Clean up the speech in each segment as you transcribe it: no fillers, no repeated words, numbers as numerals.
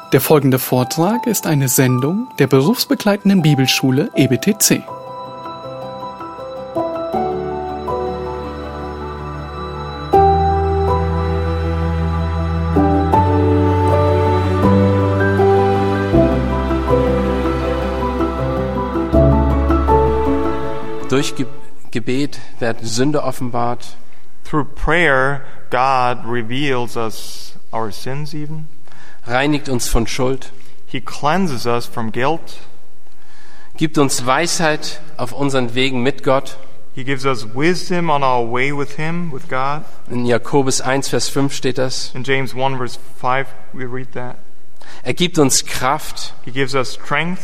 Der folgende Vortrag ist eine Sendung der berufsbegleitenden Bibelschule EBTC. Durch Gebet werden Sünde offenbart. Through prayer, God reveals us our sins even. Reinigt uns von Schuld. He cleanses us from guilt. Gibt uns Weisheit auf unseren Wegen mit Gott. He gives us wisdom on our way with Him, with God. In Jakobus 1, Vers 5 steht das. In James 1, verse 5, we read that. Er gibt uns Kraft. He gives us strength.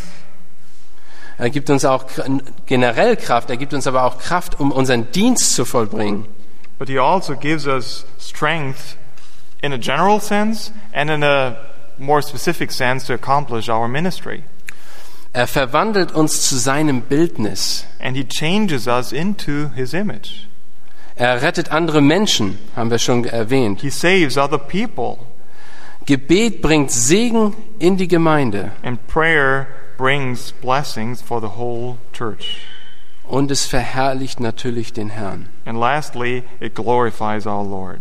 Er gibt uns auch generell Kraft. Er gibt uns aber auch Kraft, um unseren Dienst zu vollbringen. But He also gives us strength in a general sense and in a more specific sense to accomplish our ministry. Er verwandelt uns zu seinem Bildnis. And He changes us into His image. Er rettet andere Menschen, haben wir schon erwähnt. He saves other people. Gebet bringt Segen in die Gemeinde. And prayer brings blessings for the whole church. Und es verherrlicht natürlich den Herrn. And lastly, it glorifies our Lord.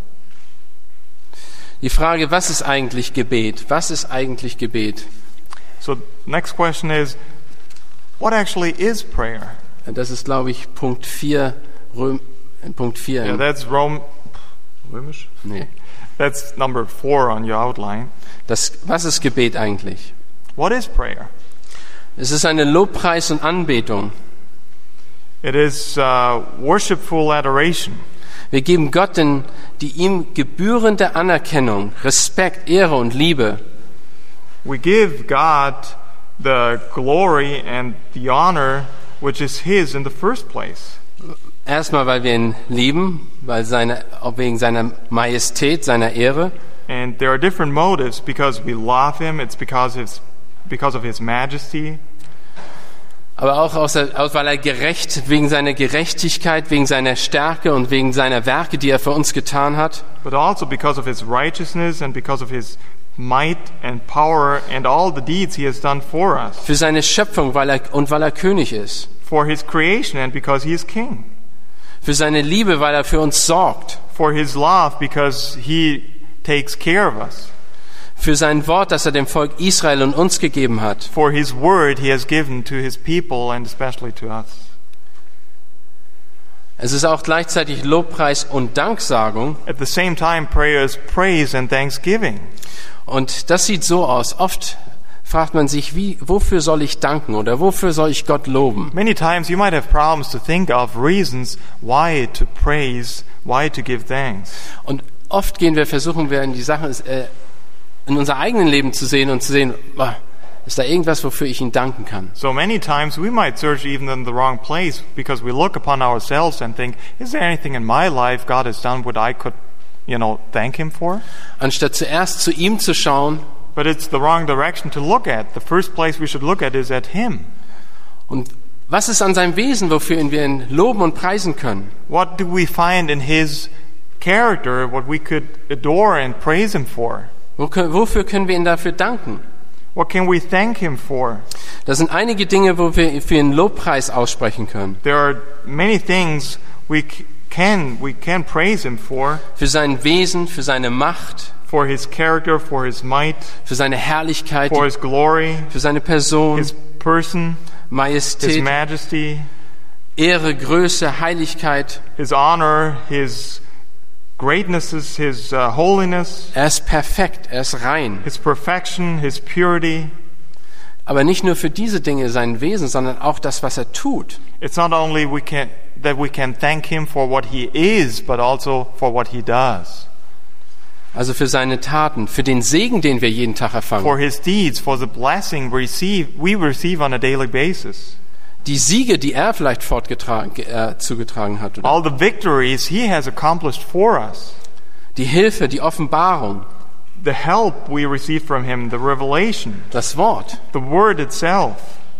Die Frage, was ist eigentlich Gebet? Was ist eigentlich Gebet? So next question is, what actually is prayer? Das ist, glaube ich, Punkt 4. Yeah, that's Römisch? Nee. That's number 4 on your outline. Was ist Gebet eigentlich? What is prayer? Es ist eine Lobpreis und Anbetung. It is worshipful adoration. Wir geben Gott die ihm gebührende Anerkennung, Respekt, Ehre und Liebe. We give God the glory and the honor which is His in the first place. Erstmal, weil wir ihn lieben, auch wegen seiner Majestät, seiner Ehre. And there are different motives because we love Him. It's because of His majesty. Aber auch weil er wegen seiner Gerechtigkeit, wegen seiner Stärke und wegen seiner Werke, die er für uns getan hat. But also because of His righteousness and because of His might and power and all the deeds He has done for us. Für seine Schöpfung, weil er König ist. For His creation and because He is King. Für seine Liebe, weil er für uns sorgt. For His love because He takes care of us. Für sein Wort, das er dem Volk Israel und uns gegeben hat. For His word He has given to His people and especially to us. Es ist auch gleichzeitig Lobpreis und Danksagung. At the same time, prayer is praise and thanksgiving. Und das sieht so aus. Oft fragt man sich, wofür soll ich danken oder wofür soll ich Gott loben? Many times you might have problems to think of reasons why to praise, why to give thanks. Und oft versuchen wir in die Sachen in unser eigenen Leben zu sehen und zu sehen, ist da irgendwas, wofür ich ihn danken kann? So many times we might search even in the wrong place because we look upon ourselves and think, is there anything in my life God has done what I could, thank Him for? Anstatt zuerst zu ihm zu schauen. But it's the wrong direction to look at. The first place we should look at is at Him. Und was ist an seinem Wesen, wofür wir ihn loben und preisen können? What do we find in His character, what we could adore and praise Him for? Wofür können wir ihn dafür danken? What can we thank Him for? Das sind einige Dinge, wo wir für einen Lobpreis aussprechen können. There are many things we can praise Him for. Für sein Wesen, für seine Macht. For His character, for His might. Für seine Herrlichkeit. For His glory. Für seine Person. His person. Majestät. His majesty. Ehre, Größe, Heiligkeit. His honor, His greatness, His holiness. Er ist perfekt, er ist rein. His perfection, His purity. Aber nicht nur für diese Dinge sein Wesen, sondern auch das, was er tut. It's not only that we can thank Him for what He is, but also for what He does. Also für seine Taten, für den Segen, den wir jeden Tag erfangen. For His deeds, for the blessing we receive on a daily basis. Die Siege, die er vielleicht zugetragen hat. Oder? All the victories He has accomplished for us. Die Hilfe, die Offenbarung. The help we receive from Him, the revelation. Das Wort. The Word itself.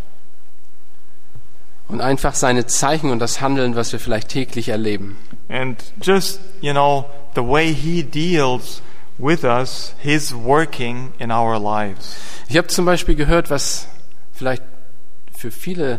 Und einfach seine Zeichen und das Handeln, was wir vielleicht täglich erleben. And just, the way He deals with us, His working in our lives. Ich habe zum Beispiel gehört, was vielleicht für viele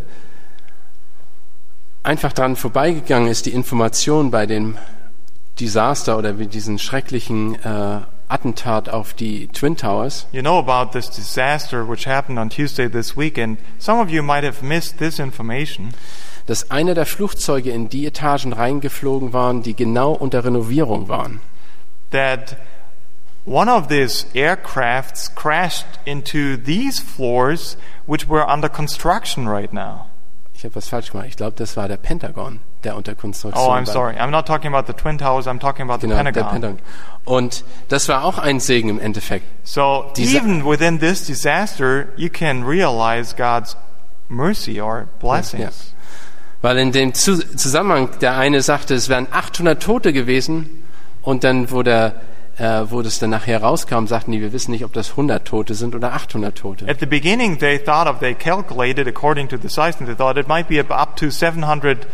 einfach dran vorbeigegangen ist, die Information bei dem Desaster oder wie diesen schrecklichen Attentat auf die Twin Towers. You know about this disaster which happened on Tuesday this week, and some of you might have missed this information. Dass einer der Flugzeuge in die Etagen reingeflogen waren, die genau unter Renovierung waren. That one of these aircrafts crashed into these floors which were under construction right now. Ich habe was falsch gemacht. Ich glaube, das war der Pentagon, der unter Konstruktion Oh, war. I'm sorry. I'm not talking about the Twin Towers, I'm talking about Genau, the der Pentagon. Pentagon. Und das war auch ein Segen im Endeffekt. So even within this disaster, you can realize God's mercy or blessings. Ja. Weil in dem Zusammenhang, der eine sagte, es wären 800 Tote gewesen und dann, wo das dann nachher rauskam, sagten die, wir wissen nicht, ob das 100 Tote sind oder 800 Tote. At the beginning, they calculated according to the size, and they thought it might be up to 700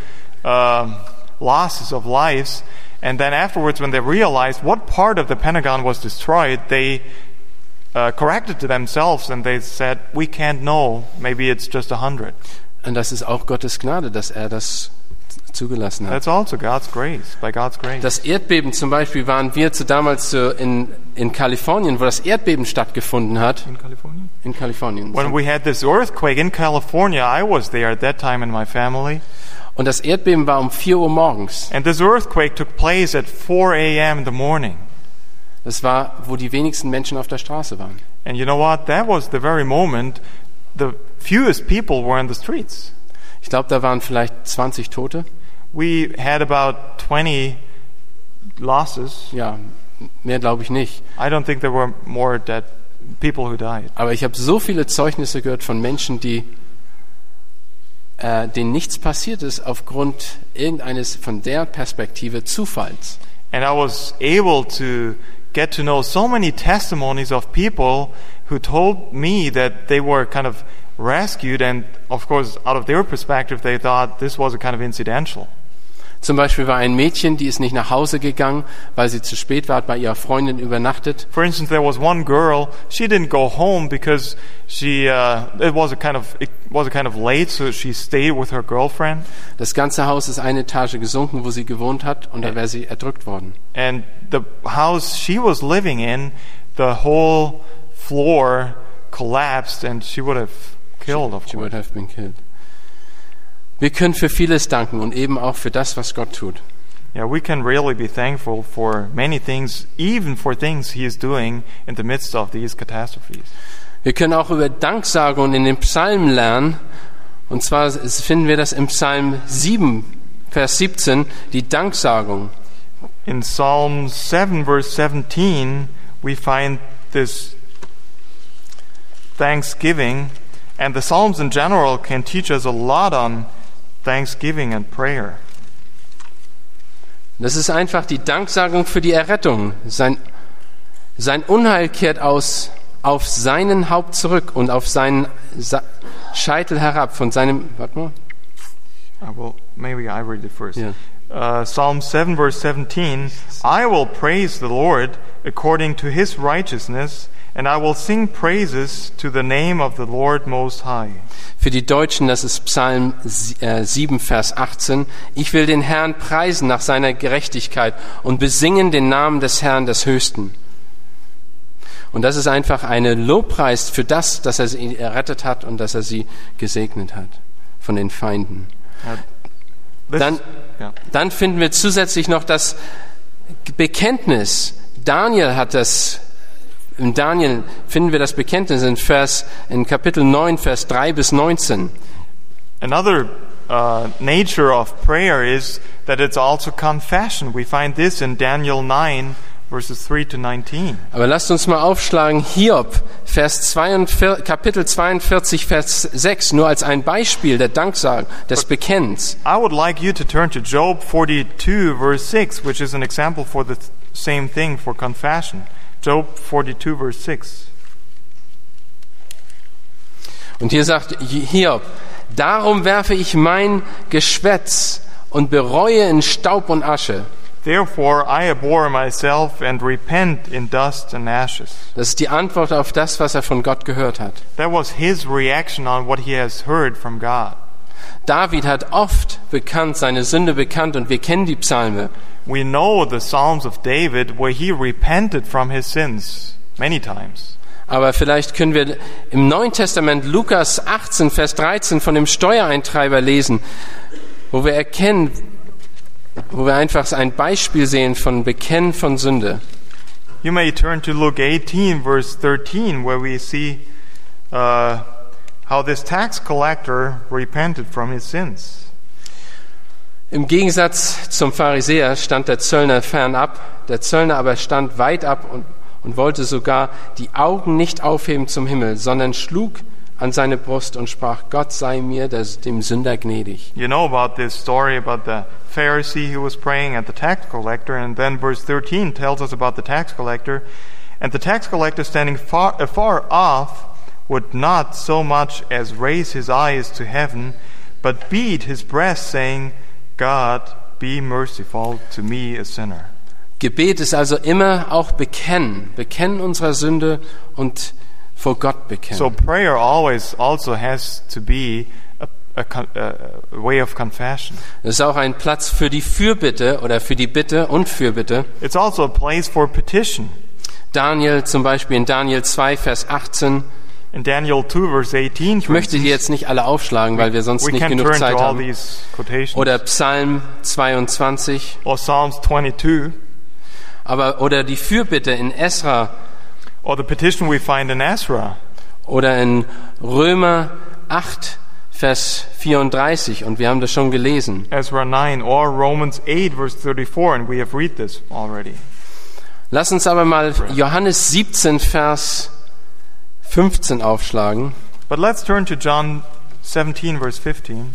losses of lives. And then afterwards, when they realized what part of the Pentagon was destroyed, they corrected to themselves and they said, we can't know, maybe it's just 100. Und das ist auch Gottes Gnade, dass er das zugelassen hat. That's also God's grace, by God's grace. Das Erdbeben zum Beispiel waren wir damals in Kalifornien, wo das Erdbeben stattgefunden hat. In California? In Kalifornien. When we had this earthquake in California, I was there at that time in my family. Und das Erdbeben war um 4 Uhr morgens. And this earthquake took place at 4 a.m. in the morning. Das war, wo die wenigsten Menschen auf der Straße waren. And you know what? That was the very moment the fewest people were in the streets. Ich glaube, da waren vielleicht 20 Tote. We had about 20 losses. Ja, mehr glaube ich nicht. I don't think there were more dead people who died. Aber ich habe so viele Zeugnisse gehört von Menschen, denen nichts passiert ist aufgrund irgendeines von der Perspektive Zufalls. And I was able to get to know so many testimonies of people who told me that they were kind of rescued, and of course out of their perspective they thought this was a kind of incidental. Zum Beispiel war ein Mädchen, die ist nicht nach Hause gegangen, weil sie zu spät war, hat bei ihrer Freundin übernachtet. For instance, there was one girl, she didn't go home because it was a kind of late, so she stayed with her girlfriend. Das ganze Haus ist eine Etage gesunken, wo sie gewohnt hat, und da wäre sie erdrückt worden. And the house she was living in, the whole floor collapsed and she would have killed, of She would course. have been killed. Wir können für vieles danken und eben auch für das, was Gott tut. Yeah, we can really be thankful for many things, even for things He is doing in the midst of these catastrophes. Wir können auch über Danksagung in den Psalmen lernen. Und zwar finden wir das im Psalm 7, Vers 17, die Danksagung. In Psalm 7, verse 17, we find this thanksgiving, and the Psalms in general can teach us a lot on thanksgiving and prayer. Das ist einfach die Danksagung für die Errettung. Sein Unheil kehrt auf seinen Haupt zurück und auf seinen Scheitel herab. Von seinem, warte mal. Maybe I read it first. Yeah. Psalm 7, verse 17, I will praise the Lord according to His righteousness, and I will sing praises to the name of the Lord Most High. Für die Deutschen, das ist Psalm 7, Vers 18. Ich will den Herrn preisen nach seiner Gerechtigkeit und besingen den Namen des Herrn des Höchsten. Und das ist einfach eine Lobpreis für das, dass er sie errettet hat und dass er sie gesegnet hat von den Feinden. Dann finden wir zusätzlich noch das Bekenntnis. In Daniel finden wir das Bekenntnis in Kapitel 9, Vers 3 bis 19. Another nature of prayer is that it's also confession. We find this in Daniel 9, verses 3 to 19. Aber lasst uns mal aufschlagen, Hiob, Kapitel 42, Vers 6, nur als ein Beispiel der Danksagung, des Bekennens. I would like you to turn to Job 42, verse 6, which is an example for the same thing, for confession. Job 42, verse 6. Und hier sagt Hiob, darum werfe ich mein Geschwätz und bereue in Staub und Asche. Therefore I abhor myself and repent in dust and ashes. Das ist die Antwort auf das, was er von Gott gehört hat. That was his reaction on what he has heard from God. David hat oft seine Sünde bekannt und wir kennen die Psalme. We know the Psalms of David where he repented from his sins many times. Aber vielleicht können wir im Neuen Testament Lukas 18, Vers 13 von dem Steuereintreiber lesen, wo wir einfach ein Beispiel sehen von Bekennen von Sünde. You may turn to Luke 18, verse 13, where we see how this tax collector repented from his sins. Im Gegensatz zum Pharisäer stand der Zöllner fernab, der Zöllner aber stand weit ab und wollte sogar die Augen nicht aufheben zum Himmel, sondern schlug an seine Brust und sprach, Gott sei mir, dem Sünder gnädig. You know about this story about the Pharisee who was praying and the tax collector, and then verse 13 tells us about the tax collector. And the tax collector standing afar off would not so much as raise his eyes to heaven, but beat his breast, saying, God, be merciful to me, a sinner. Gebet ist also immer auch Bekennen unserer Sünde und vor Gott bekennen. So prayer always also has to be a way of confession. Es ist auch ein Platz für die Fürbitte oder für die Bitte und Fürbitte. It's also a place for petition. Daniel zum Beispiel in Daniel 2, Vers 18. In Daniel 2, verse 18, Ich möchte die jetzt nicht alle aufschlagen, weil wir sonst nicht genug Zeit haben. Oder Psalm 22. Or Psalms 22. Oder die Fürbitte in Esra. Or the petition we find in Ezra. Oder in Römer 8, Vers 34. Und wir haben das schon gelesen. Ezra 9 or Romans 8, verse 34. And we have read this already. Lass uns aber mal Johannes 17, Vers 15 aufschlagen. But let's turn to John 17, verse 15.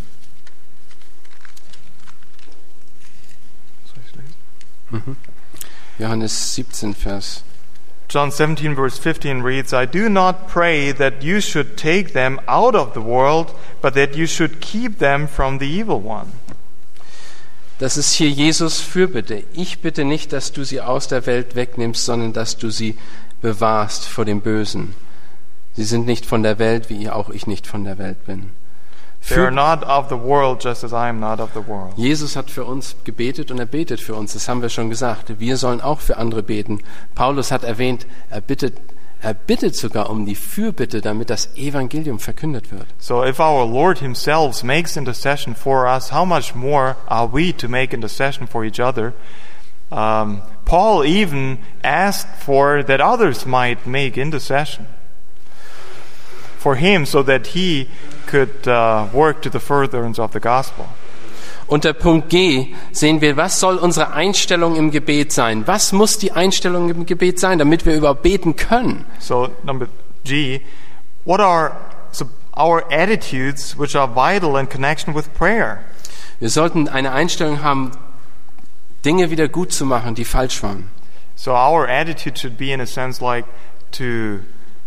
Johannes 17, Vers. John 17, verse 15 reads, I do not pray that you should take them out of the world, but that you should keep them from the evil one. Das ist hier Jesus Fürbitte. Ich bitte nicht, dass du sie aus der Welt wegnimmst, sondern dass du sie bewahrst vor dem Bösen. Sie sind nicht von der Welt, wie auch ich nicht von der Welt bin. They are not of the world, just as I am not of the world. Jesus hat für uns gebetet und er betet für uns. Das haben wir schon gesagt. Wir sollen auch für andere beten. Paulus hat erwähnt, er bittet sogar um die Fürbitte, damit das Evangelium verkündet wird. So if our Lord himself makes intercession for us, how much more are we to make intercession for each other? Paul even asked for that others might make intercession for him, so that he could work to the furtherance of the gospel. Unter Punkt G sehen wir, was soll unsere Einstellung im Gebet sein? Was muss die Einstellung im Gebet sein, damit wir überhaupt beten können? So number G, what are our attitudes which are vital in connection with prayer? Wir sollten eine Einstellung haben, Dinge wieder gut zu machen, die falsch waren. So our attitude should be in a sense like to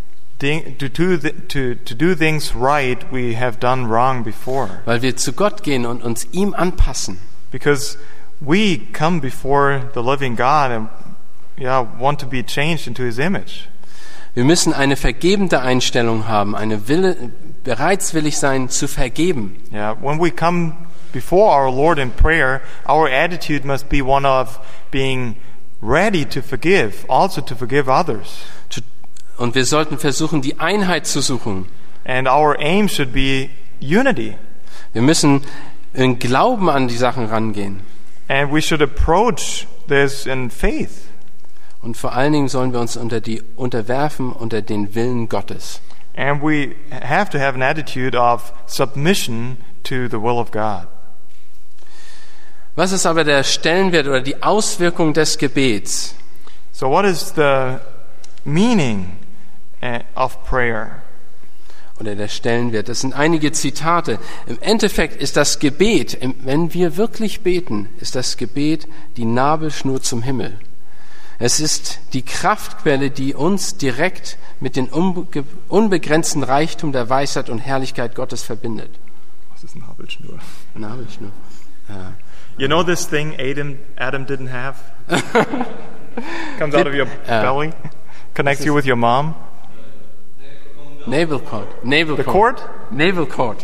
do things right we have done wrong before. Weil wir zu Gott gehen und uns ihm anpassen. Because we come before the living God and want to be changed into his image. Wir müssen eine vergebende Einstellung haben, bereitswillig sein zu vergeben. Yeah, when we come before our Lord in prayer, our attitude must be one of being ready to forgive, also to forgive others. Und wir sollten versuchen, die Einheit zu suchen. And our aim should be unity. Wir müssen in Glauben an die Sachen rangehen. And we should approach this in faith. Und vor allen Dingen sollen wir uns unterwerfen unter den Willen Gottes. And we have to have an attitude of submission to the will of God. Was ist aber der Stellenwert oder die Auswirkung des Gebets? So what is the meaning of prayer? Oder der Stellenwert. Das sind einige Zitate. Im Endeffekt ist das Gebet, wenn wir wirklich beten, ist das Gebet die Nabelschnur zum Himmel. Es ist die Kraftquelle, die uns direkt mit dem unbegrenzten Reichtum der Weisheit und Herrlichkeit Gottes verbindet. Was ist Nabelschnur? Nabelschnur. You know this thing Adam didn't have? Comes out of your belly, connects you with your mom. Navel cord. The cord? Navel cord.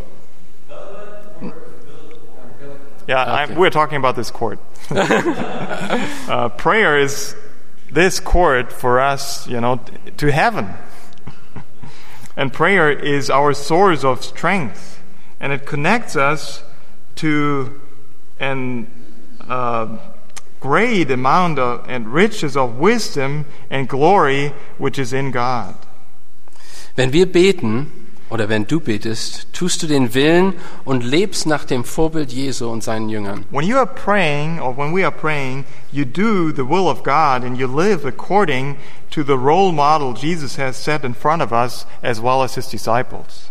Yeah, Okay. we're talking about this cord. Prayer is this cord for us, to heaven. And prayer is our source of strength, and it connects us to an great amount and riches of wisdom and glory which is in God. Wenn wir beten, oder wenn du betest, tust du den Willen und lebst nach dem Vorbild Jesu und seinen Jüngern. When you are praying, or when we are praying, you do the will of God and you live according to the role model Jesus has set in front of us as well as his disciples.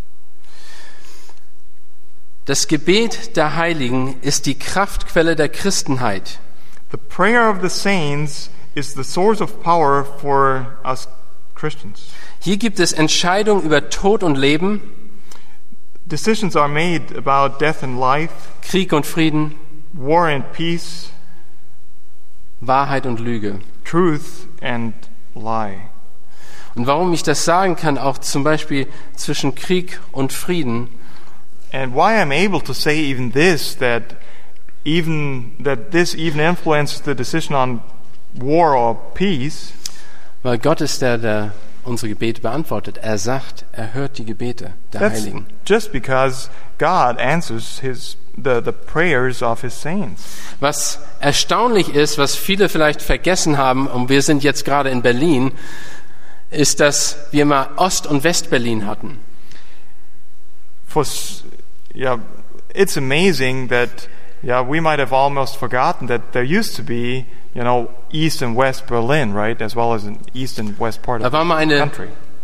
Das Gebet der Heiligen ist die Kraftquelle der Christenheit. The prayer of the saints is the source of power for us Christians. Hier gibt es Entscheidungen über Tod und Leben, Decisions are made about death and life, Krieg und Frieden, war and peace, Wahrheit und Lüge. truth and lie. Und warum ich das sagen kann, auch zum Beispiel zwischen Krieg und Frieden, And why I'm able to say even this, that this even influences the decision on war or peace, weil Gott ist der unsere Gebete beantwortet. Er sagt, er hört die Gebete der that's Heiligen. just because God answers the prayers of his saints. Was erstaunlich ist, was viele vielleicht vergessen haben, und wir sind jetzt gerade in Berlin, ist, dass wir mal Ost- und West-Berlin hatten. It's amazing that we might have almost forgotten that there used to be East and West Berlin, right, as well as an East and West part of Da war mal the country.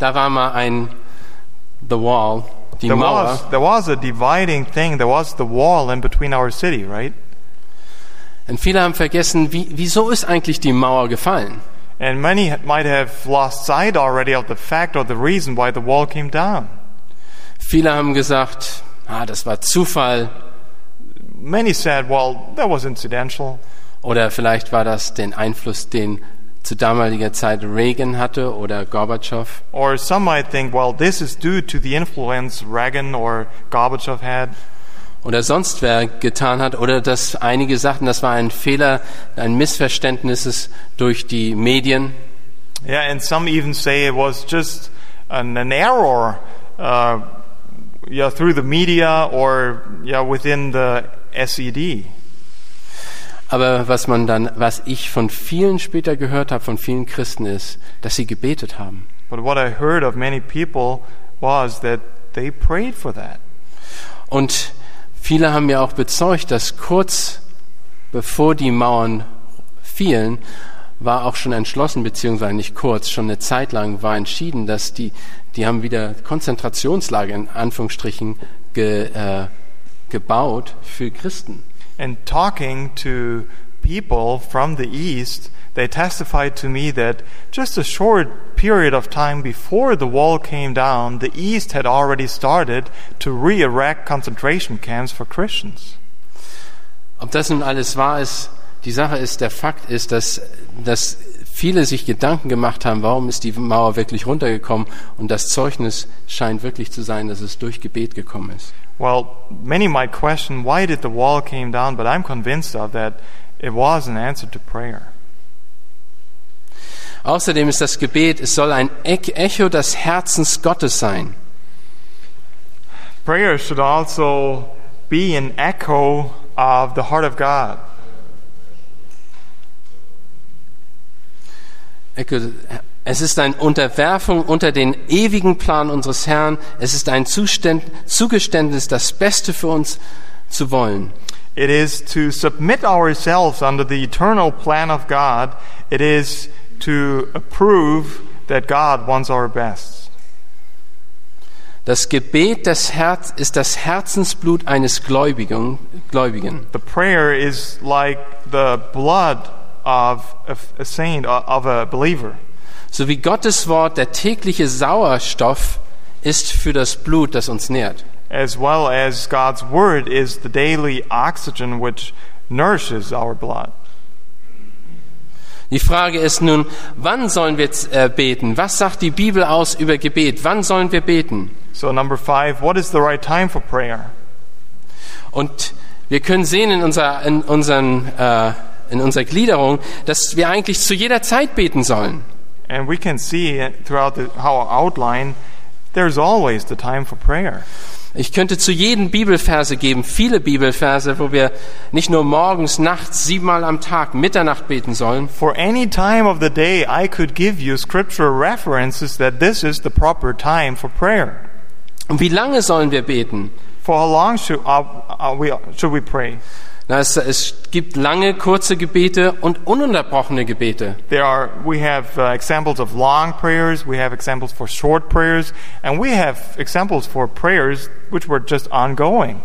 The Wall, die Mauer. There was a dividing thing. There was the wall in between our city, right? Und viele haben vergessen, wieso ist eigentlich die Mauer gefallen? And many might have lost sight already of the fact or the reason why the wall came down. Viele haben gesagt, das war Zufall, Many said, well, that was incidental. oder vielleicht war das den Einfluss, den zu damaliger Zeit Reagan hatte oder Gorbatschow. Or some might think, well, this is due to the influence Reagan or Gorbachev had. Oder sonst wer getan hat, oder dass einige sagten, das war ein Fehler, ein Missverständnis durch die Medien. Yeah, and some even say it was just an error through the media or within the SED. Aber was ich von vielen später gehört habe, von vielen Christen ist, dass sie gebetet haben. But what I heard of many people was that they prayed for that. Und viele haben mir auch bezeugt, dass kurz bevor die Mauern fielen, war auch schon entschlossen, beziehungsweise nicht kurz, schon eine Zeit lang war entschieden, dass die haben wieder Konzentrationslager in Anführungsstrichen gebaut für Christen. And talking to people from the East, they testified to me that just a short period of time before the wall came down, the East had already started to re-erect concentration camps for Christians. Ob das nun alles wahr ist, die Sache ist, der Fakt ist, dass viele sich Gedanken gemacht haben, warum ist die Mauer wirklich runtergekommen, und das Zeugnis scheint wirklich zu sein, dass es durch Gebet gekommen ist. Well, many might question, why did the wall came down? But I'm convinced of that it was an answer to prayer. Außerdem ist das Gebet, es soll ein Echo des Herzens Gottes sein. Prayer should also be an echo of the heart of God. Es ist eine Unterwerfung unter den ewigen Plan unseres Herrn. Es ist ein Zugeständnis, das Beste für uns zu wollen. It is to submit ourselves under the eternal plan of God. It is to approve that God wants our best. Das Gebet ist das Herzensblut eines Gläubigen. The prayer is like the blood of a saint, of a believer. So wie Gottes Wort der tägliche Sauerstoff ist für das Blut, das uns nährt. As well as God's word is the daily oxygen which nourishes our blood. Die Frage ist nun, wann sollen wir beten? Was sagt die Bibel aus über Gebet? Wann sollen wir beten? So number 5, what is the right time for prayer? Und wir können sehen in unserer Gliederung, dass wir eigentlich zu jeder Zeit beten sollen. And we can see throughout our outline, there's always the time for prayer. Ich könnte zu jedem Bibelverse geben, viele Bibelverse, wo wir nicht nur morgens, nachts, 7-mal am Tag, Mitternacht beten sollen. For any time of the day, I could give you scriptural references that this is the proper time for prayer. Und wie lange sollen wir beten? For how long should we pray? Na, es gibt lange, kurze Gebete und ununterbrochene Gebete. We have examples of long prayers, we have examples for short prayers, and we have examples for prayers which were just ongoing.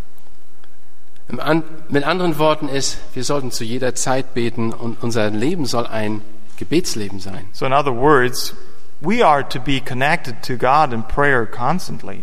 Mit anderen Worten ist, wir sollten zu jeder Zeit beten und unser Leben soll ein Gebetsleben sein. So in other words, we are to be connected to God in prayer constantly.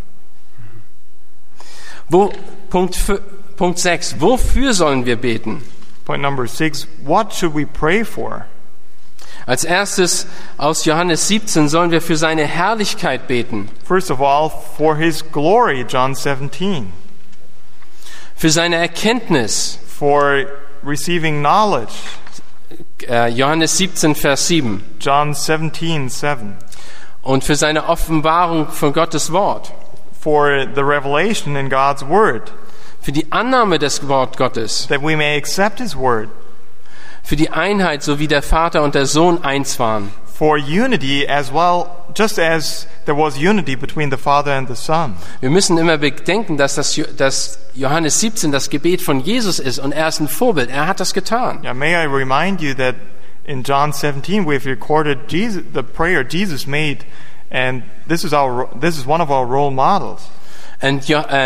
Punkt 6. Wofür sollen wir beten? Point number 6. What should we pray for? Als erstes aus Johannes 17 sollen wir für seine Herrlichkeit beten. First of all, for His glory, John 17. Für seine Erkenntnis. For receiving knowledge. Johannes 17, Vers 7. John 17, 7. Und für seine Offenbarung von Gottes Wort. For the revelation in God's Word. Für die Annahme des Wort Gottes. That we may accept His Word. Für die Einheit, so wie der Vater und der Sohn eins waren. For unity as well, just as there was unity between the Father and the Son. Wir müssen immer bedenken, dass Johannes 17 das Gebet von Jesus ist und er ist ein Vorbild. Er hat das getan. Yeah, may I remind you that in John 17 we've recorded the prayer Jesus made, and this is one of our role models. Und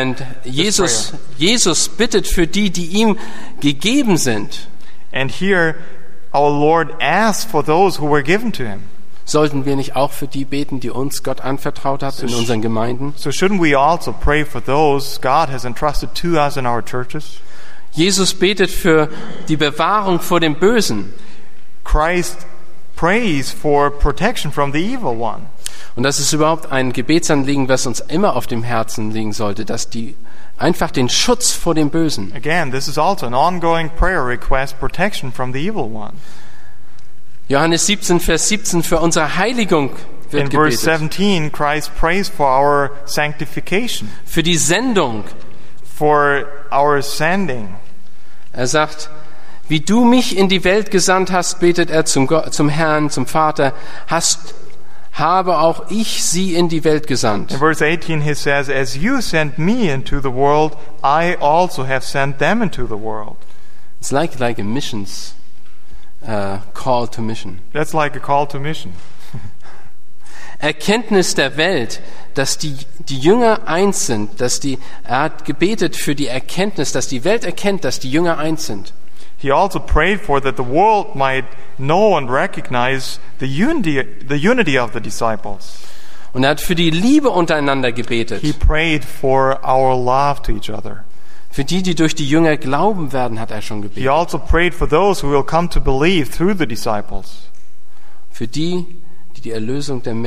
Jesus bittet für die ihm gegeben sind. And here our Lord asks for those who were given to Him. Sollten wir nicht auch für die beten, die uns Gott anvertraut hat in unseren Gemeinden? So shouldn't we also pray for those God has entrusted to us in our churches? Jesus betet für die Bewahrung vor dem Bösen. Christ prays for protection from the evil one. Und das ist überhaupt ein Gebetsanliegen, was uns immer auf dem Herzen liegen sollte, dass die einfach den Schutz vor dem Bösen. Again, this is also an ongoing prayer request, protection from the evil one. Johannes 17, Vers 17, für unsere Heiligung wird in gebetet. Verse 17, Christ prays for our sanctification. Für die Sendung. For our sending. Er sagt, wie du mich in die Welt gesandt hast, betet er zum Herrn, zum Vater, habe auch ich sie in die Welt gesandt. In verse 18 he says, as you sent me into the world, I also have sent them into the world. It's like a missions call to mission. That's like a call to mission. Erkenntnis der Welt, dass die Jünger eins sind, er hat gebetet für die Erkenntnis, dass die Welt erkennt, dass die Jünger eins sind. He also prayed for that the world might know and recognize the unity of the disciples. Und er hat für die Liebe untereinander gebetet. He prayed for our love to each other. Für die durch die Jünger glauben werden, hat er schon gebetet. He also prayed for those who will come to believe through the disciples. Für die Erlösung der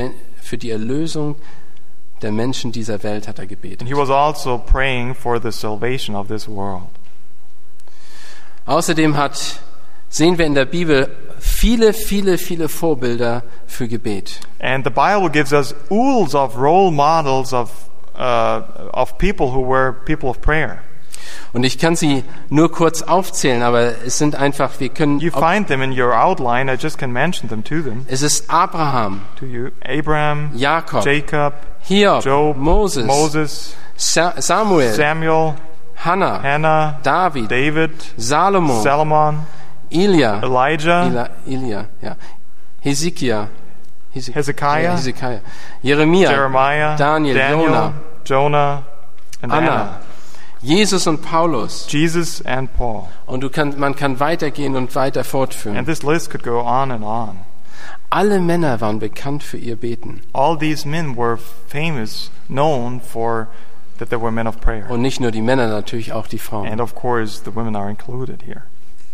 Menschen dieser Welt hat er gebetet. And he was also praying for the salvation of this world. Außerdem sehen wir in der Bibel viele Vorbilder für Gebet. And the Bible gives us oodles of role models of people who were people of prayer. Und ich kann sie nur kurz aufzählen, aber es sind einfach, You find them in your outline. I just can mention them to them. Es ist Abraham, to you, Abraham, Jakob, Jacob, Hiob, Job, Moses, Samuel, Hannah, David, Salomon, Elia, Elijah, Hezekiah, Jeremiah, Daniel, Jonah, and Anna. Jesus und Paulus. Jesus and Paul. Und man kann weitergehen und weiter fortführen. And this list could go on and on. Alle Männer waren bekannt für ihr Beten. All these men were famous, known for that they were men of prayer. Und nicht nur die Männer, natürlich auch die Frauen. And of course, the women are included here.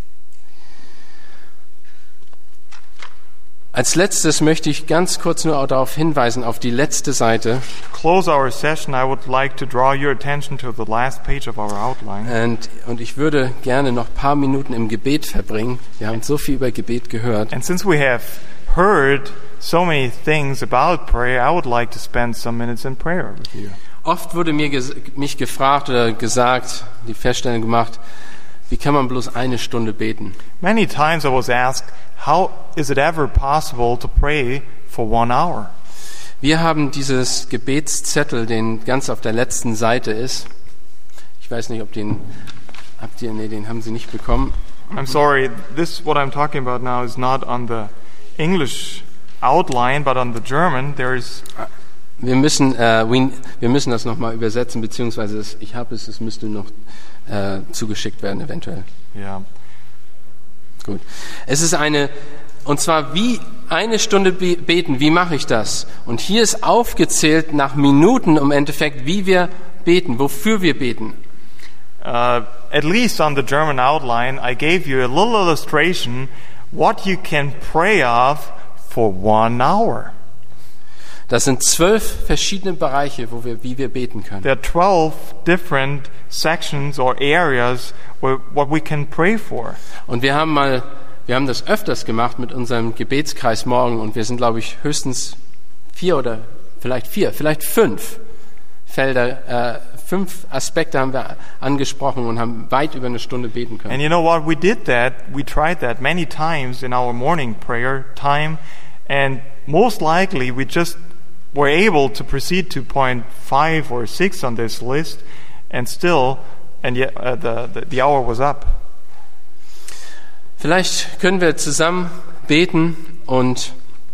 Als letztes möchte ich ganz kurz nur darauf hinweisen, auf die letzte Seite. To close our session, I would like to draw your attention to the last page of our outline. Und ich würde gerne noch ein paar Minuten im Gebet verbringen. Wir haben so viel über Gebet gehört. And since we have heard so many things about prayer, I would like to spend some minutes in prayer with you. Oft wurde mich gefragt oder gesagt, die Feststellung gemacht, wie kann man bloß eine Stunde beten? Many times I was asked, how is it ever possible to pray for 1 hour? Wir haben dieses Gebetszettel, den ganz auf der letzten Seite ist. Ich weiß nicht, ob den haben Sie nicht bekommen. I'm sorry, what I'm talking about now is not on the English outline, but on the German. Wir müssen das nochmal übersetzen, beziehungsweise es müsste noch zugeschickt werden, eventuell. Yeah. Gut. Es ist und zwar wie eine Stunde beten, wie mache ich das? Und hier ist aufgezählt nach Minuten im Endeffekt, wie wir beten, wofür wir beten. At least on the German outline, I gave you a little illustration what you can pray of for 1 hour. Das sind 12 verschiedene Bereiche, wie wir beten können. There are 12 different sections or areas what we can pray for. Und wir haben das öfters gemacht mit unserem Gebetskreis morgen und wir sind, glaube ich, höchstens 4, vielleicht 5 Felder, 5 Aspekte haben wir angesprochen und haben weit über eine Stunde beten können. And you know what? We tried that many times in our morning prayer time, and most likely we just were able to proceed to point 5 or 6 on this list, and yet the hour was up. Vielleicht können wir zusammen beten und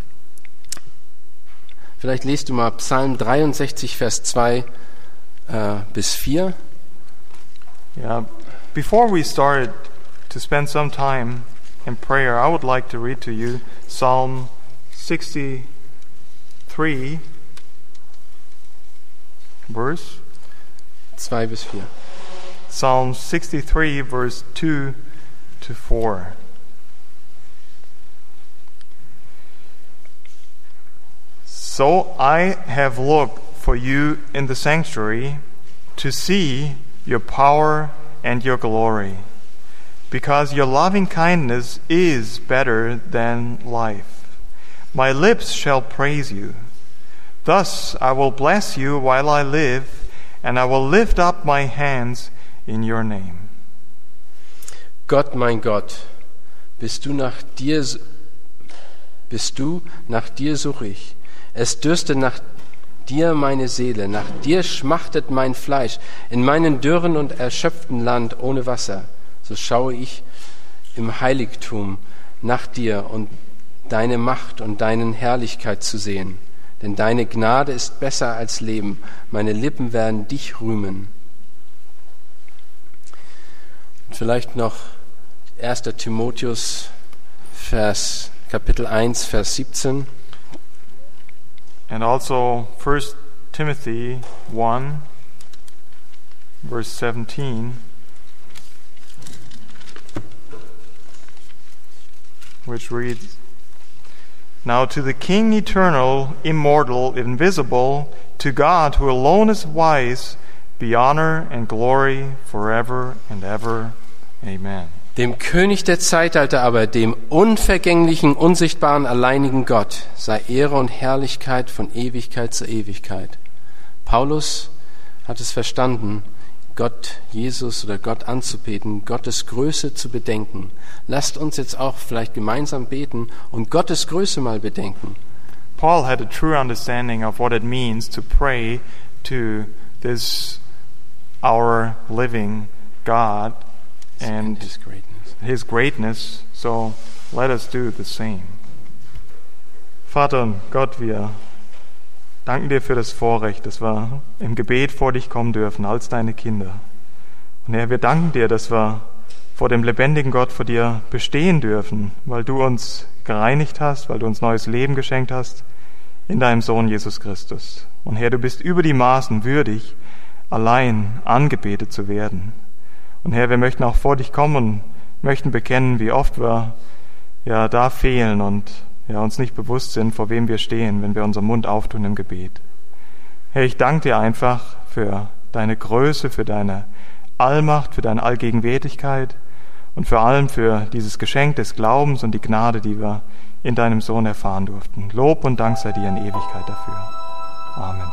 vielleicht liest du mal Psalm 63, Vers 2 bis 4. Yeah. Before we start to spend some time in prayer, I would like to read to you Psalm 63, verse 2 bis 4. Psalm 63, verse 2 to 4. So I have looked for you in the sanctuary to see your power and your glory, because your loving kindness is better than life. My lips shall praise you. Thus I will bless you while I live, and I will lift up my hands in your name. Gott, mein Gott, bist du nach dir suche ich. Es dürste nach dir meine Seele, nach dir schmachtet mein Fleisch, in meinem dürren und erschöpften Land ohne Wasser. So schaue ich im Heiligtum nach dir und deine Macht und deine Herrlichkeit zu sehen. Denn deine Gnade ist besser als Leben. Meine Lippen werden dich rühmen. Und vielleicht noch 1. Timotheus, Kapitel 1, Vers 17. And also 1 Timothy 1, verse 17, which reads, Now to the King eternal, immortal, invisible, to God who alone is wise, be honor and glory forever and ever. Amen. Dem König der Zeitalter aber, dem unvergänglichen, unsichtbaren, alleinigen Gott, sei Ehre und Herrlichkeit von Ewigkeit zu Ewigkeit. Paulus hat es verstanden, Gott, Jesus oder Gott anzubeten, Gottes Größe zu bedenken. Lasst uns jetzt auch vielleicht gemeinsam beten und Gottes Größe mal bedenken. Paul had a true understanding of what it means to pray to this our living God and His greatness, so let us do the same. Vater und Gott, wir danken dir für das Vorrecht, dass wir im Gebet vor dich kommen dürfen als deine Kinder. Und Herr, wir danken dir, dass wir vor dem lebendigen Gott vor dir bestehen dürfen, weil du uns gereinigt hast, weil du uns neues Leben geschenkt hast in deinem Sohn Jesus Christus. Und Herr, du bist über die Maßen würdig, allein angebetet zu werden. Und Herr, wir möchten auch vor dich kommen und möchten bekennen, wie oft wir da fehlen und uns nicht bewusst sind, vor wem wir stehen, wenn wir unseren Mund auftun im Gebet. Herr, ich danke dir einfach für deine Größe, für deine Allmacht, für deine Allgegenwärtigkeit und vor allem für dieses Geschenk des Glaubens und die Gnade, die wir in deinem Sohn erfahren durften. Lob und Dank sei dir in Ewigkeit dafür. Amen.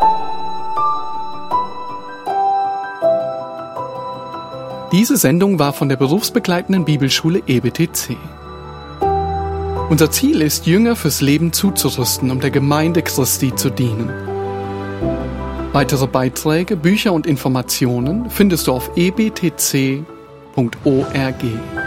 Diese Sendung war von der berufsbegleitenden Bibelschule EBTC. Unser Ziel ist, Jünger fürs Leben zuzurüsten, um der Gemeinde Christi zu dienen. Weitere Beiträge, Bücher und Informationen findest du auf ebtc.org.